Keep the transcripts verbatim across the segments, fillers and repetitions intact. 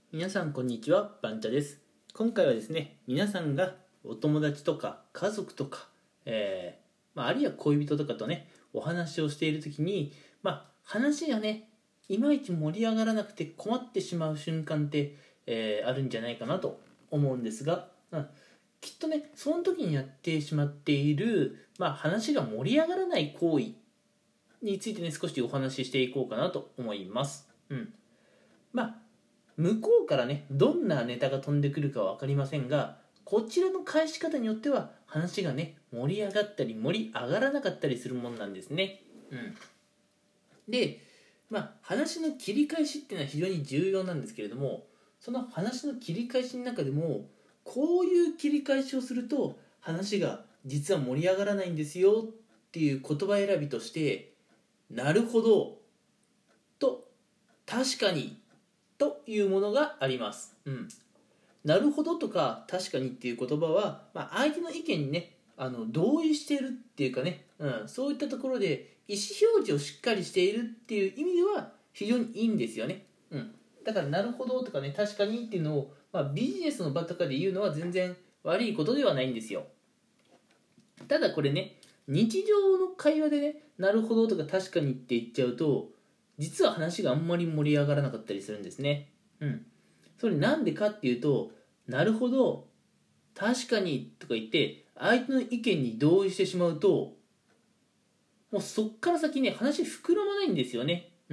皆さんこんにちは、バンチャです。今回はですね、皆さんがお友達とか家族とか、えーまあ、あるいは恋人とかとねお話をしている時に、まあ、話がねいまいち盛り上がらなくて困ってしまう瞬間って、えーあるんじゃないかなと思うんですが、うん、きっとねその時にやってしまっている、まあ、話が盛り上がらない行為についてね少しお話ししていこうかなと思います。うん、まあ向こうからねどんなネタが飛んでくるかは分かりませんが、こちらの返し方によっては話がね盛り上がったり盛り上がらなかったりするもんなんですね。うん、で、まあ、話の切り返しっていうのは非常に重要なんですけれども、その話の切り返しの中でもこういう切り返しをすると話が実は盛り上がらないんですよっていう言葉選びとして、なるほどと確かにというものがあります。うん、なるほどとか確かにっていう言葉は、まあ、相手の意見にねあの同意しているっていうかね、うん、そういったところで意思表示をしっかりしているっていう意味では非常にいいんですよね。うん、だからなるほどとかね確かにっていうのを、まあ、ビジネスの場とかで言うのは全然悪いことではないんですよ。ただこれね日常の会話でねなるほどとか確かにって言っちゃうと実は話があんまり盛り上がらなかったりするんですね。うん、それなんでかっていうと、なるほど確かにとか言って相手の意見に同意してしまうと、もうそっから先ね話膨らまないんですよね。うん、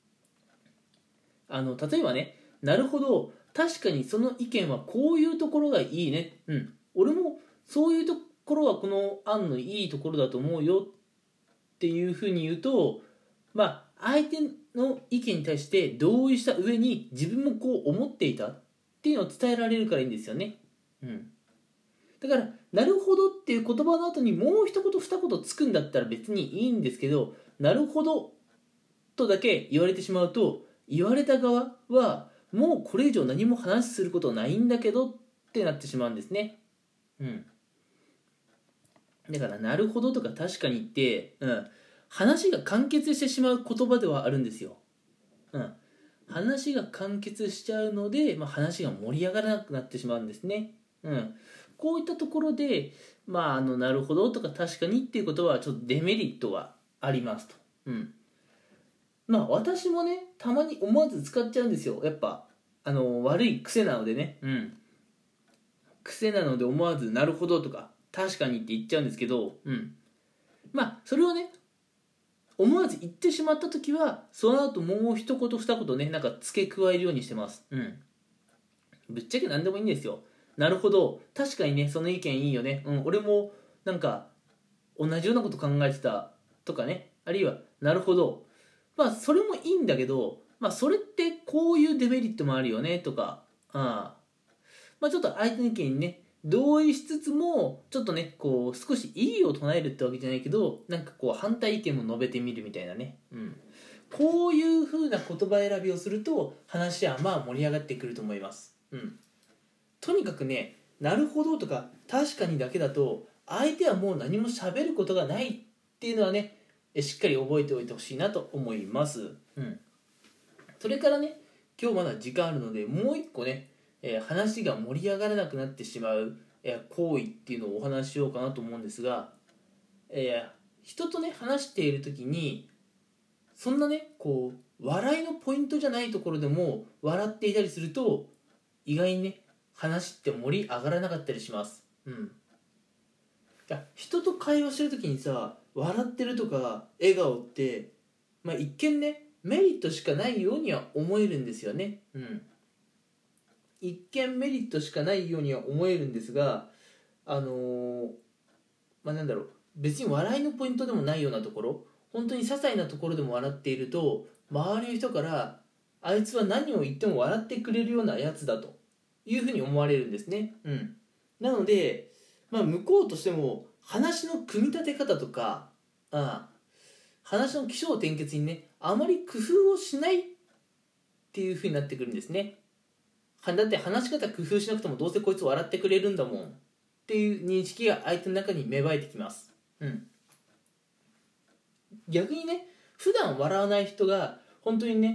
あの例えばね、なるほど確かにその意見はこういうところがいいね、うん、俺もそういうところはこの案のいいところだと思うよっていうふうに言うと、まあ相手の意見に対して同意した上に自分もこう思っていたっていうのを伝えられるからいいんですよね。うん、だからなるほどっていう言葉の後にもう一言二言つくんだったら別にいいんですけど、なるほどとだけ言われてしまうと言われた側はもうこれ以上何も話することないんだけどってなってしまうんですね。うん、だからなるほどとか確かにって、うん、話が完結してしまう言葉ではあるんですよ。うん、話が完結しちゃうので、まあ、話が盛り上がらなくなってしまうんですね。うん、こういったところで、まあ、あのなるほどとか確かにっていうことはちょっとデメリットがありますと。うん、まあ私もねたまに思わず使っちゃうんですよ。やっぱあの悪い癖なのでね、うん、癖なので思わずなるほどとか確かにって言っちゃうんですけど、うん、まあそれをね思わず言ってしまった時はその後もう一言二言ねなんか付け加えるようにしてます。うん、ぶっちゃけ何でもいいんですよ。なるほど確かにねその意見いいよね、うん、俺もなんか同じようなこと考えてたとかね、あるいはなるほどまあそれもいいんだけど、まあそれってこういうデメリットもあるよねとか、あまあちょっと相手の意見にね同意しつつもちょっとねこう少し異議を唱えるってわけじゃないけど、なんかこう反対意見も述べてみるみたいなね、うん、こういう風な言葉選びをすると話はまあ盛り上がってくると思います。うん、とにかくねなるほどとか確かにだけだと相手はもう何も喋ることがないっていうのはねしっかり覚えておいてほしいなと思います。うん、それからね今日まだ時間あるのでもう一個ね、えー話が盛り上がらなくなってしまう、えー行為っていうのをお話ししようかなと思うんですが、えー人とね話している時にそんなねこう笑いのポイントじゃないところでも笑っていたりすると意外にね話って盛り上がらなかったりします。うん、いや人と会話してる時にさ笑ってるとか笑顔って、まあ、一見ねメリットしかないようには思えるんですよね。うん、一見メリットしかないようには思えるんですが、あのー、まあなんだろう別に笑いのポイントでもないようなところ、本当に些細なところでも笑っていると周りの人からあいつは何を言っても笑ってくれるようなやつだというふうに思われるんですね。うん、なので、まあ、向こうとしても話の組み立て方とかあ話の起承転結にねあまり工夫をしないっていうふうになってくるんですね。だって話し方工夫しなくてもどうせこいつ笑ってくれるんだもんっていう認識が相手の中に芽生えてきます。うん、逆にね普段笑わない人が本当にね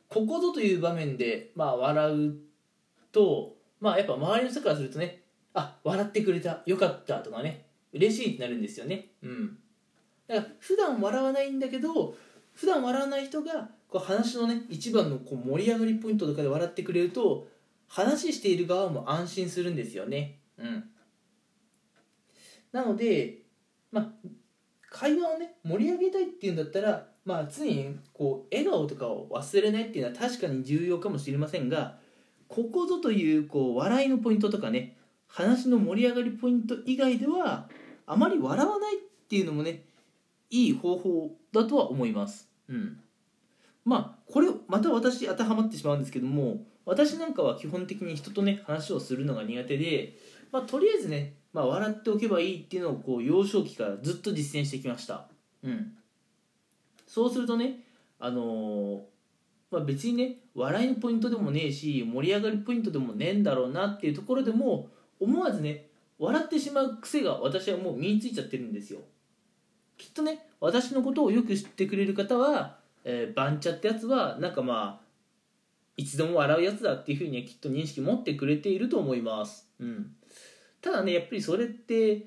ここぞという場面で、まあ、笑うと、まあ、やっぱ周りの人からするとね、あ、笑ってくれた、よかったとかね、嬉しいってなるんですよね。うん。だから普段笑わないんだけど、普段笑わない人がこう話のね一番のこう盛り上がりポイントとかで笑ってくれると、話している側も安心するんですよね。うん。なので、まあ会話をね盛り上げたいっていうんだったら、まあ常にこう笑顔とかを忘れないっていうのは確かに重要かもしれませんが、ここぞというこう笑いのポイントとかね、話の盛り上がりポイント以外ではあまり笑わないっていうのもね、いい方法だとは思います。うん。まあこれまた私当てはまってしまうんですけども、私なんかは基本的に人とね話をするのが苦手で、まあ、とりあえずね、まあ、笑っておけばいいっていうのをこう幼少期からずっと実践してきました。うん。そうするとね、あのーまあ、別にね笑いのポイントでもねえし盛り上がりポイントでもねえんだろうなっていうところでも、思わずね笑ってしまう癖が私はもう身についちゃってるんですよ。きっとね私のことをよく知ってくれる方は、えー、バンチャってやつはなんかまあ一度も笑うやつだっていうふうにはきっと認識持ってくれていると思います。うん。ただねやっぱりそれって、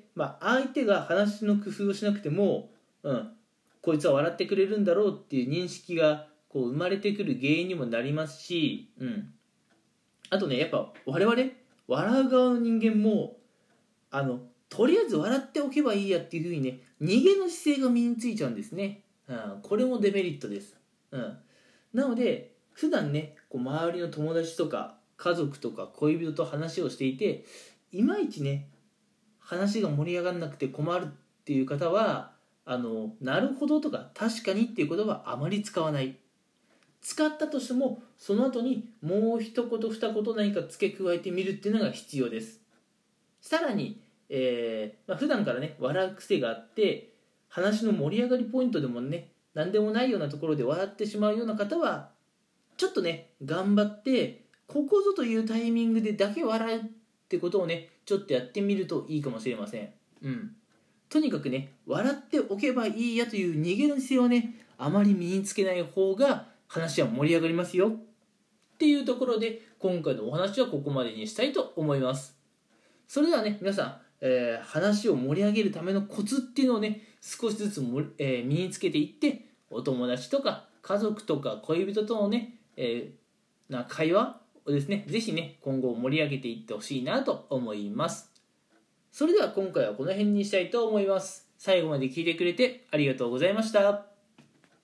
まあ、相手が話の工夫をしなくても、うん、こいつは笑ってくれるんだろうっていう認識がこう生まれてくる原因にもなりますし、うん、あとねやっぱ我々笑う側の人間もあのとりあえず笑っておけばいいやっていうふうにね逃げの姿勢が身についちゃうんですね。うん、これもデメリットです。うん、なので普段ねこう周りの友達とか家族とか恋人と話をしていて、いまいちね話が盛り上がらなくて困るっていう方は、あのなるほどとか確かにっていう言葉はあまり使わない。使ったとしてもその後にもう一言二言何か付け加えてみるっていうのが必要です。さらに、えーまあ、普段からね笑う癖があって話の盛り上がりポイントでもね何でもないようなところで笑ってしまうような方は、ちょっとね頑張ってここぞというタイミングでだけ笑うってことをねちょっとやってみるといいかもしれません。うん。とにかくね笑っておけばいいやという逃げの姿勢をねあまり身につけない方が話は盛り上がりますよっていうところで、今回のお話はここまでにしたいと思います。それではね皆さん、えー話を盛り上げるためのコツっていうのをね少しずつも、えー身につけていって、お友達とか家族とか恋人とのね、えーな会話をですねぜひね今後盛り上げていってほしいなと思います。それでは今回はこの辺にしたいと思います。最後まで聞いてくれてありがとうございました。